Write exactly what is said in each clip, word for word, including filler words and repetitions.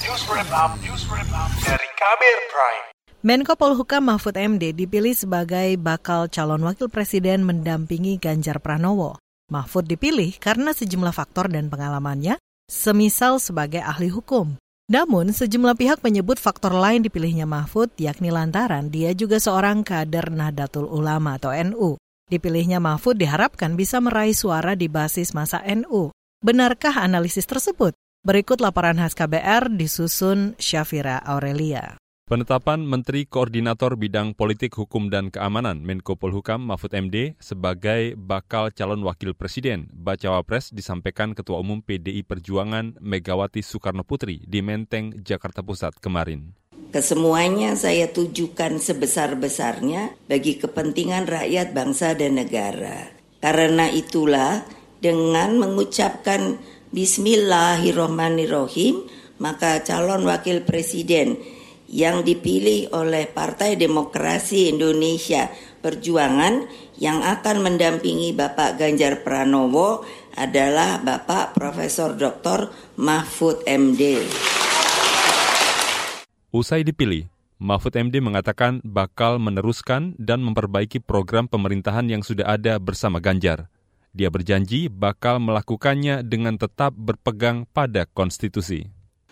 News Wrap Up, News Wrap Up dari Kabar Prime. Menko Polhukam Mahfud M D dipilih sebagai bakal calon wakil presiden mendampingi Ganjar Pranowo. Mahfud dipilih karena sejumlah faktor dan pengalamannya, semisal sebagai ahli hukum. Namun, sejumlah pihak menyebut faktor lain dipilihnya Mahfud, yakni lantaran dia juga seorang kader Nahdlatul Ulama atau N U. Dipilihnya Mahfud diharapkan bisa meraih suara di basis massa N U. Benarkah analisis tersebut? Berikut laporan khas K B R disusun Syafira Aurelia. Penetapan Menteri Koordinator Bidang Politik, Hukum, dan Keamanan Menko Polhukam Mahfud M D sebagai bakal calon wakil presiden Bacawa Pres disampaikan Ketua Umum P D I Perjuangan Megawati Soekarnoputri di Menteng, Jakarta Pusat kemarin. Kesemuanya saya tujukan sebesar-besarnya bagi kepentingan rakyat, bangsa, dan negara. Karena itulah dengan mengucapkan Bismillahirrahmanirrahim, maka calon wakil presiden yang dipilih oleh Partai Demokrasi Indonesia Perjuangan yang akan mendampingi Bapak Ganjar Pranowo adalah Bapak Profesor Doktor Mahfud M D. Usai dipilih, Mahfud M D mengatakan bakal meneruskan dan memperbaiki program pemerintahan yang sudah ada bersama Ganjar. Dia berjanji bakal melakukannya dengan tetap berpegang pada konstitusi.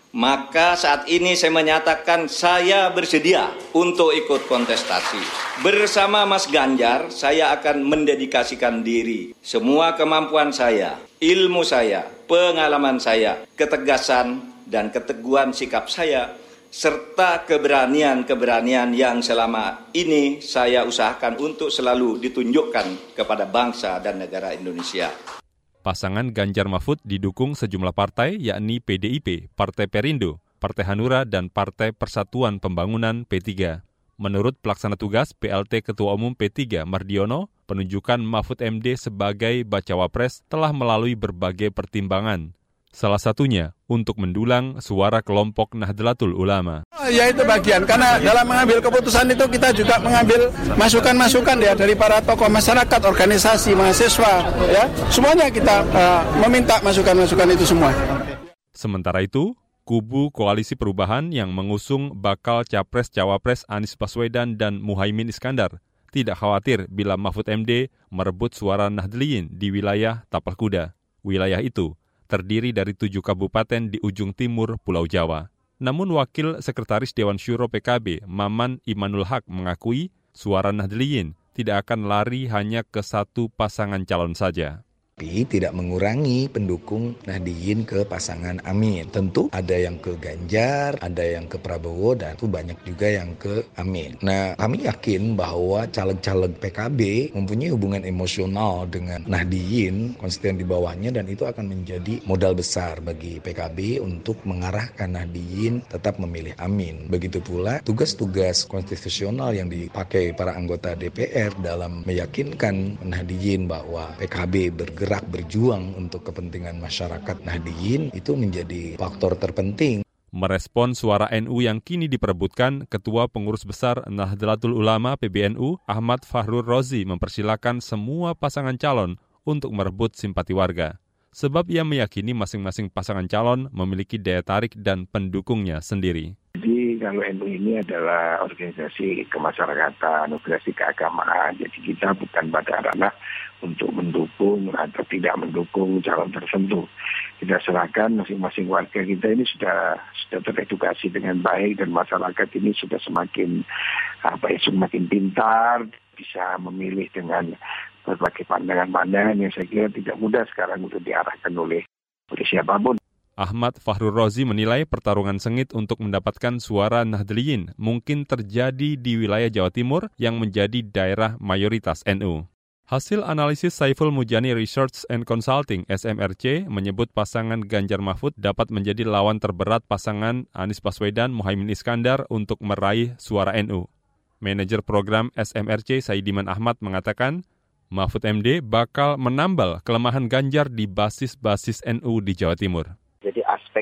Maka saat ini saya menyatakan saya bersedia untuk ikut kontestasi. Bersama Mas Ganjar, saya akan mendedikasikan diri. Semua kemampuan saya, ilmu saya, pengalaman saya, ketegasan dan keteguhan sikap saya, serta keberanian-keberanian yang selama ini saya usahakan untuk selalu ditunjukkan kepada bangsa dan negara Indonesia. Pasangan Ganjar Mahfud didukung sejumlah partai yakni P D I P, Partai Perindo, Partai Hanura, dan Partai Persatuan Pembangunan P tiga. Menurut pelaksana tugas P L T Ketua Umum P tiga Mardiono, penunjukan Mahfud M D sebagai Bacawa Pres telah melalui berbagai pertimbangan. Salah satunya untuk mendulang suara kelompok Nahdlatul Ulama. Ya itu bagian, karena dalam mengambil keputusan itu kita juga mengambil masukan-masukan ya dari para tokoh masyarakat, organisasi, mahasiswa, ya semuanya kita uh, meminta masukan-masukan itu semua. Sementara itu, kubu Koalisi Perubahan yang mengusung bakal Capres-Cawapres Anies Baswedan dan Muhaimin Iskandar tidak khawatir bila Mahfud M D merebut suara Nahdliyin di wilayah Tapal Kuda. Wilayah itu terdiri dari tujuh kabupaten di ujung timur Pulau Jawa. Namun Wakil Sekretaris Dewan Syuro P K B, Maman Imanul Haq, mengakui suara Nahdliyin tidak akan lari hanya ke satu pasangan calon saja. Tapi tidak mengurangi pendukung Nahdliyin ke pasangan Amin. Tentu ada yang ke Ganjar, ada yang ke Prabowo, dan itu banyak juga yang ke Amin. Nah, kami yakin bahwa caleg-caleg P K B mempunyai hubungan emosional dengan Nahdliyin, konstituen di bawahnya, dan itu akan menjadi modal besar bagi P K B untuk mengarahkan Nahdliyin tetap memilih Amin. Begitu pula tugas-tugas konstitusional yang dipakai para anggota D P R dalam meyakinkan Nahdliyin bahwa P K B bergerak gerak berjuang untuk kepentingan masyarakat Nahdliyin itu menjadi faktor terpenting. Merespon suara N U yang kini diperebutkan, Ketua Pengurus Besar Nahdlatul Ulama P B N U Ahmad Fahrur Rozi mempersilakan semua pasangan calon untuk merebut simpati warga. Sebab ia meyakini masing-masing pasangan calon memiliki daya tarik dan pendukungnya sendiri. Jadi kalau N U ini adalah organisasi kemasyarakatan, organisasi keagamaan, jadi kita bukan pada ranah untuk mendukung atau tidak mendukung calon tertentu. Kita serahkan masing-masing warga kita ini sudah sudah teredukasi dengan baik, dan masyarakat ini sudah semakin apa ya semakin pintar, bisa memilih dengan berbagai pandangan-pandangan yang saya kira tidak mudah sekarang untuk diarahkan oleh oleh siapapun. Ahmad Fahrur Rozi menilai pertarungan sengit untuk mendapatkan suara Nahdliyin mungkin terjadi di wilayah Jawa Timur yang menjadi daerah mayoritas N U. Hasil analisis Saiful Mujani Research and Consulting S M R C menyebut pasangan Ganjar Mahfud dapat menjadi lawan terberat pasangan Anies Baswedan Muhaimin Iskandar untuk meraih suara N U. Manajer program S M R C Saidiman Ahmad mengatakan, Mahfud M D bakal menambal kelemahan Ganjar di basis-basis N U di Jawa Timur. Jadi aspek integritas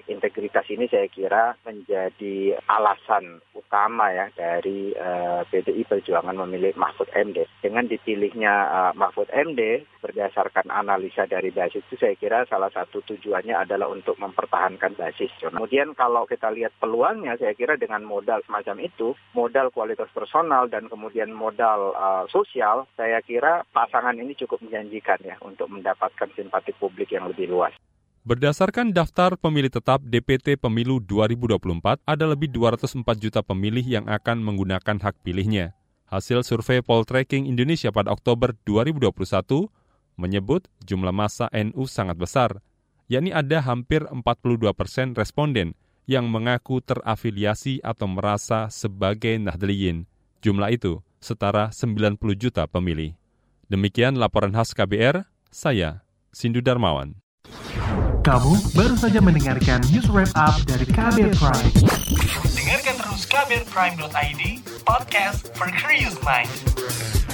integritas ini saya kira menjadi alasan utama ya dari uh, P D I Perjuangan memilih Mahfud M D. Dengan dipilihnya uh, Mahfud M D berdasarkan analisa dari basis itu saya kira salah satu tujuannya adalah untuk mempertahankan basis. Kemudian kalau kita lihat peluangnya saya kira dengan modal semacam itu, modal kualitas personal dan kemudian modal uh, sosial, saya kira pasangan ini cukup menjanjikan ya untuk mendapatkan simpati publik yang lebih luas. Berdasarkan daftar pemilih tetap D P T Pemilu dua ribu dua puluh empat, ada lebih dua ratus empat juta pemilih yang akan menggunakan hak pilihnya. Hasil survei Poltreking Indonesia pada Oktober dua ribu dua puluh satu menyebut jumlah massa N U sangat besar, yakni ada hampir empat puluh dua persen responden yang mengaku terafiliasi atau merasa sebagai Nahdliyin. Jumlah itu setara sembilan puluh juta pemilih. Demikian laporan khas K B R, saya Sindu Darmawan. Kamu baru saja mendengarkan news wrap up dari K B R Prime. Dengarkan terus k b r prime dot i d, podcast for curious mind.